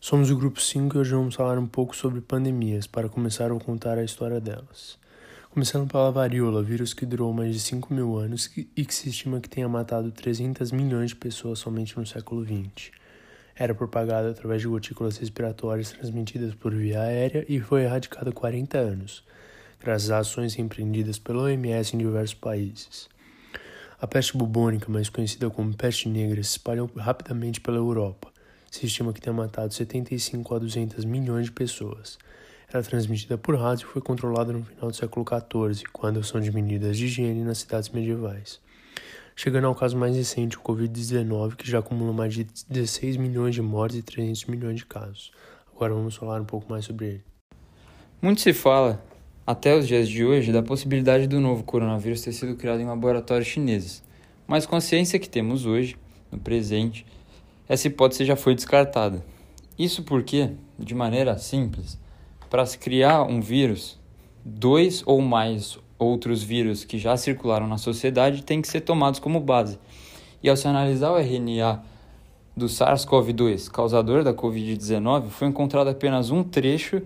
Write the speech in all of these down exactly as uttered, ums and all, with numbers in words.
Somos o grupo cinco e hoje vamos falar um pouco sobre pandemias. Para começar, vou contar a história delas. Começando pela varíola, vírus que durou mais de cinco mil anos e que se estima que tenha matado trezentos milhões de pessoas somente no século vinte. Era propagada através de gotículas respiratórias transmitidas por via aérea e foi erradicada há quarenta anos, graças a ações empreendidas pela O M S em diversos países. A peste bubônica, mais conhecida como peste negra, se espalhou rapidamente pela Europa. Se estima que tenha matado setenta e cinco a duzentos milhões de pessoas. Era transmitida por rádio e foi controlada no final do século quatorze, com a adoção de medidas de higiene nas cidades medievais. Chegando ao caso mais recente, o covid dezenove, que já acumula mais de dezesseis milhões de mortes e trezentos milhões de casos. Agora vamos falar um pouco mais sobre ele. Muito se fala, até os dias de hoje, da possibilidade do novo coronavírus ter sido criado em laboratórios chineses. Mas com a ciência que temos hoje, no presente, essa hipótese já foi descartada. Isso porque, de maneira simples, para se criar um vírus, dois ou mais outros vírus que já circularam na sociedade têm que ser tomados como base. E ao se analisar o R N A do SARS-CoV dois, causador da covid dezenove, foi encontrado apenas um trecho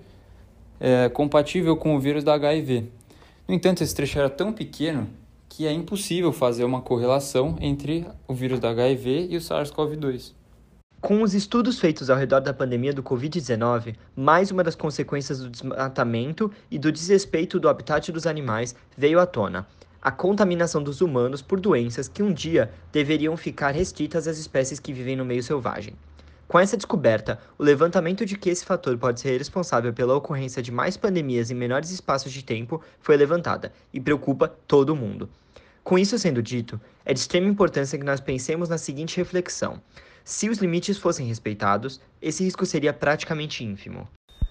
é, compatível com o vírus da H I V. No entanto, esse trecho era tão pequeno que é impossível fazer uma correlação entre o vírus da H I V e o SARS-CoV dois. Com os estudos feitos ao redor da pandemia do covid dezenove, mais uma das consequências do desmatamento e do desrespeito do habitat dos animais veio à tona: a contaminação dos humanos por doenças que um dia deveriam ficar restritas às espécies que vivem no meio selvagem. Com essa descoberta, o levantamento de que esse fator pode ser responsável pela ocorrência de mais pandemias em menores espaços de tempo foi levantada e preocupa todo mundo. Com isso sendo dito, é de extrema importância que nós pensemos na seguinte reflexão: se os limites fossem respeitados, esse risco seria praticamente ínfimo.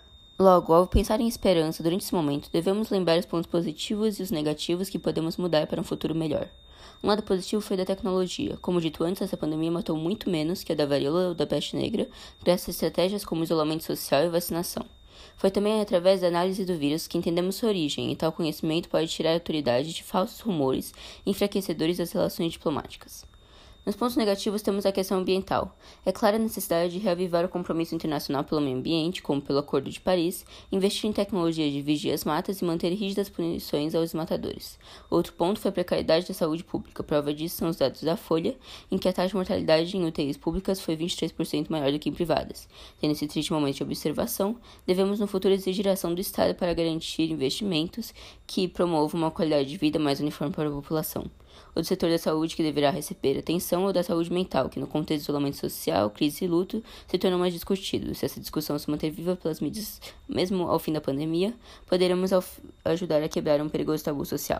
Logo, ao pensar em esperança durante esse momento, devemos lembrar os pontos positivos e os negativos que podemos mudar para um futuro melhor. Um lado positivo foi da tecnologia. Como dito antes, essa pandemia matou muito menos que a da varíola ou da peste negra, graças a estratégias como isolamento social e vacinação. Foi também através da análise do vírus que entendemos sua origem, e tal conhecimento pode tirar a autoridade de falsos rumores enfraquecedores das relações diplomáticas. Nos pontos negativos temos a questão ambiental. É clara a necessidade de reavivar o compromisso internacional pelo meio ambiente, como pelo Acordo de Paris, investir em tecnologia de vigia as matas e manter rígidas punições aos desmatadores. Outro ponto foi a precariedade da saúde pública. Prova disso são os dados da Folha, em que a taxa de mortalidade em U T Is públicas foi vinte e três por cento maior do que em privadas. Tendo esse triste momento de observação, devemos no futuro exigir a ação do Estado para garantir investimentos que promovam uma qualidade de vida mais uniforme para a população. Ou do setor da saúde, que deverá receber atenção, ou da saúde mental, que no contexto de isolamento social, crise e luto, se tornou mais discutido. Se essa discussão se manter viva pelas mídias, mesmo ao fim da pandemia, poderemos ajudar a quebrar um perigoso tabu social.